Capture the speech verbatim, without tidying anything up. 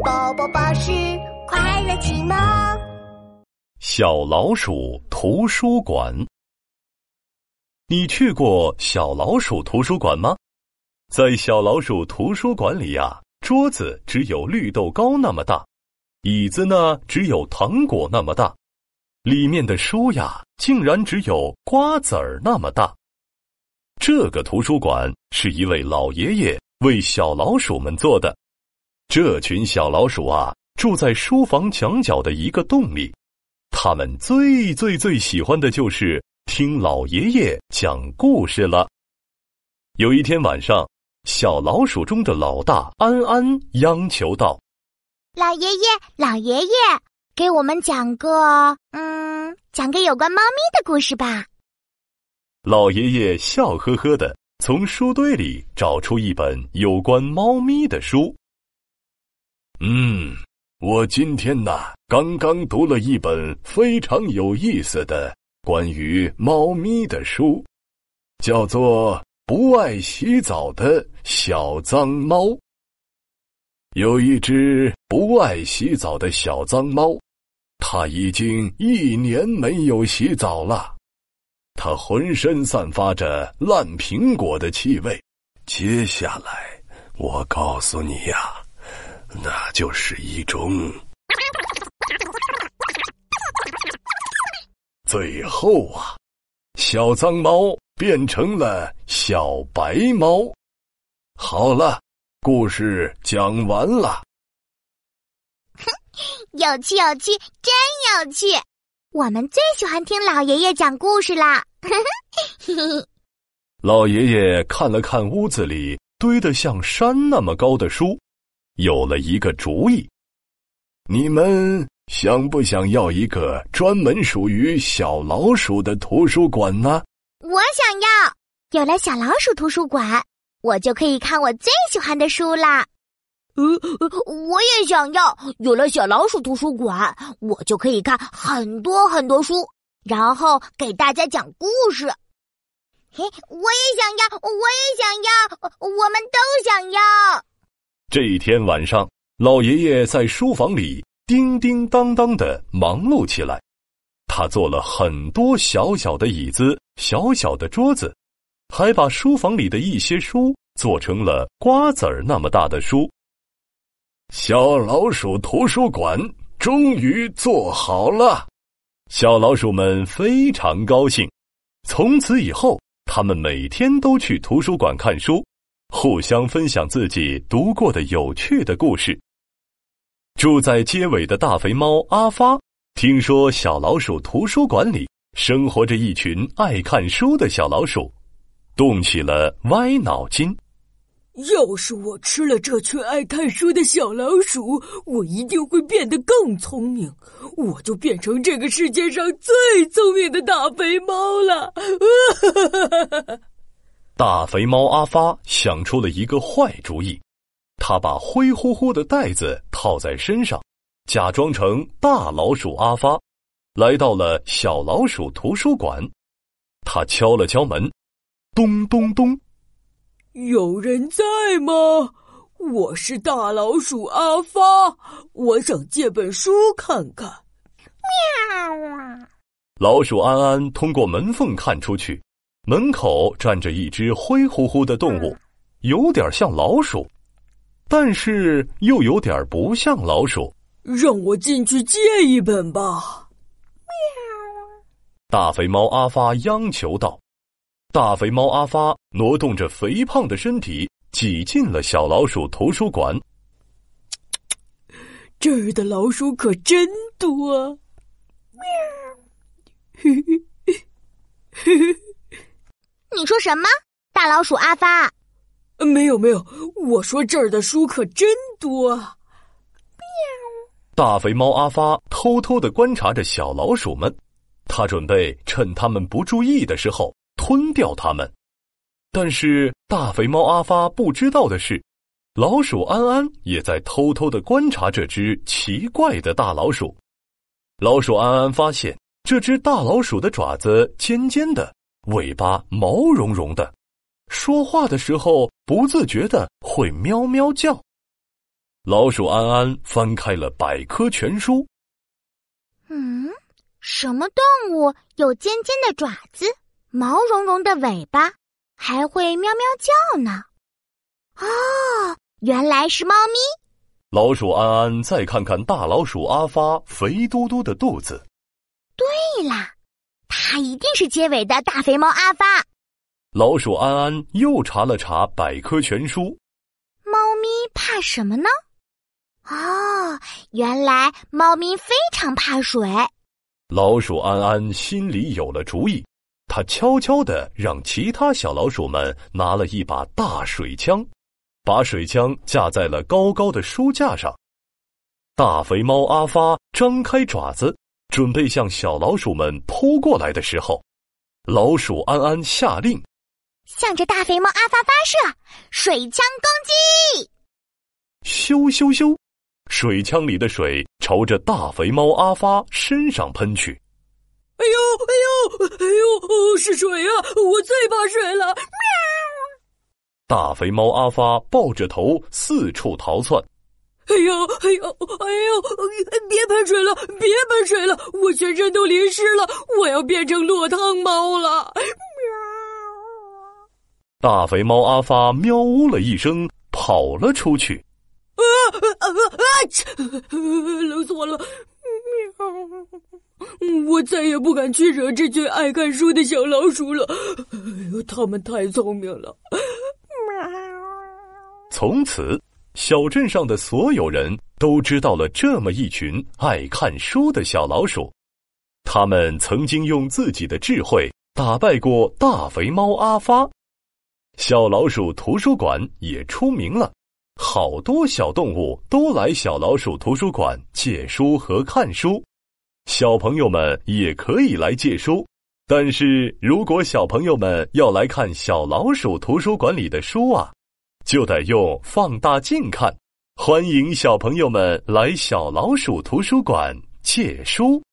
宝宝巴士快乐启蒙。 小老鼠图书馆。你去过小老鼠图书馆吗？在小老鼠图书馆里呀、啊，桌子只有绿豆糕那么大，椅子呢只有糖果那么大，里面的书呀竟然只有瓜子儿那么大。这个图书馆是一位老爷爷为小老鼠们做的。这群小老鼠啊，住在书房墙角的一个洞里，他们最最最喜欢的就是听老爷爷讲故事了。有一天晚上，小老鼠中的老大安安央求道： 老爷爷，老爷爷，给我们讲个，嗯，讲个有关猫咪的故事吧。 老爷爷笑呵呵地从书堆里找出一本有关猫咪的书。嗯，我今天呐，刚刚读了一本非常有意思的关于猫咪的书，叫做《不爱洗澡的小脏猫》。有一只不爱洗澡的小脏猫，它已经一年没有洗澡了。它浑身散发着烂苹果的气味。接下来，我告诉你呀，那就是一种……最后啊，小脏猫变成了小白猫。好了，故事讲完了。 有趣有趣，真有趣！我们最喜欢听老爷爷讲故事啦。 老爷爷看了看屋子里堆得像山那么高的书，有了一个主意。你们想不想要一个专门属于小老鼠的图书馆呢？ 我想要，有了小老鼠图书馆，我就可以看我最喜欢的书啦。呃，我也想要，有了小老鼠图书馆，我就可以看很多很多书，然后给大家讲故事。嘿，我也想要，我也想要，我们都想要。 这一天晚上，老爷爷在书房里叮叮当当地忙碌起来。他做了很多小小的椅子、小小的桌子，还把书房里的一些书做成了瓜子儿那么大的书。小老鼠图书馆终于做好了，小老鼠们非常高兴。从此以后，他们每天都去图书馆看书，互相分享自己读过的有趣的故事。住在街尾的大肥猫阿发听说小老鼠图书馆里生活着一群爱看书的小老鼠，动起了歪脑筋。 要是我吃了这群爱看书的小老鼠，我一定会变得更聪明，我就变成这个世界上最聪明的大肥猫了。 大肥猫阿发想出了一个坏主意，他把灰乎乎的袋子套在身上，假装成大老鼠阿发，来到了小老鼠图书馆。他敲了敲门，咚咚咚。 有人在吗？我是大老鼠阿发，我想借本书看看。 喵啊！ 老鼠安安通过门缝看出去，门口站着一只灰乎乎的动物，有点像老鼠，但是又有点不像老鼠。 让我进去借一本吧。 喵！ 大肥猫阿发央求道。大肥猫阿发挪动着肥胖的身体，挤进了小老鼠图书馆。 这儿的老鼠可真多。喵！ 你说什么？大老鼠阿发？ 没有没有，我说这儿的书可真多。喵！ 大肥猫阿发偷偷地观察着小老鼠们，他准备趁他们不注意的时候吞掉它们。但是大肥猫阿发不知道的是，老鼠安安也在偷偷地观察这只奇怪的大老鼠。老鼠安安发现，这只大老鼠的爪子尖尖的，尾巴毛茸茸的，说话的时候不自觉地会喵喵叫。 老鼠安安翻开了百科全书。 嗯，什么动物有尖尖的爪子，毛茸茸的尾巴，还会喵喵叫呢？哦，原来是猫咪。 老鼠安安再看看大老鼠阿发肥嘟嘟的肚子。 对啦，它一定是结尾的大肥猫阿发。 老鼠安安又查了查百科全书。 猫咪怕什么呢？哦，原来猫咪非常怕水。 老鼠安安心里有了主意，他悄悄地让其他小老鼠们拿了一把大水枪，把水枪架在了高高的书架上。大肥猫阿发张开爪子，准备向小老鼠们扑过来的时候，老鼠安安下令， 向着大肥猫阿发发射水枪攻击！ 咻咻咻，水枪里的水朝着大肥猫阿发身上喷去。 哎呦哎呦哎呦，是水啊，我最怕水了！喵！ 大肥猫阿发抱着头四处逃窜。 哎呦哎呦哎呦，别喷水了，别喷水了，我全身都淋湿了，我要变成落汤猫了！ 大肥猫阿发喵呜了一声，跑了出去。 啊啊啊！冷死我了！我再也不敢去惹这群爱看书的小老鼠了。哎呦，它们太聪明了。 从此，小镇上的所有人都知道了这么一群爱看书的小老鼠。他们曾经用自己的智慧打败过大肥猫阿发。小老鼠图书馆也出名了，好多小动物都来小老鼠图书馆借书和看书。小朋友们也可以来借书，但是如果小朋友们要来看小老鼠图书馆里的书啊，就得用放大镜看。欢迎小朋友们来小老鼠图书馆借书。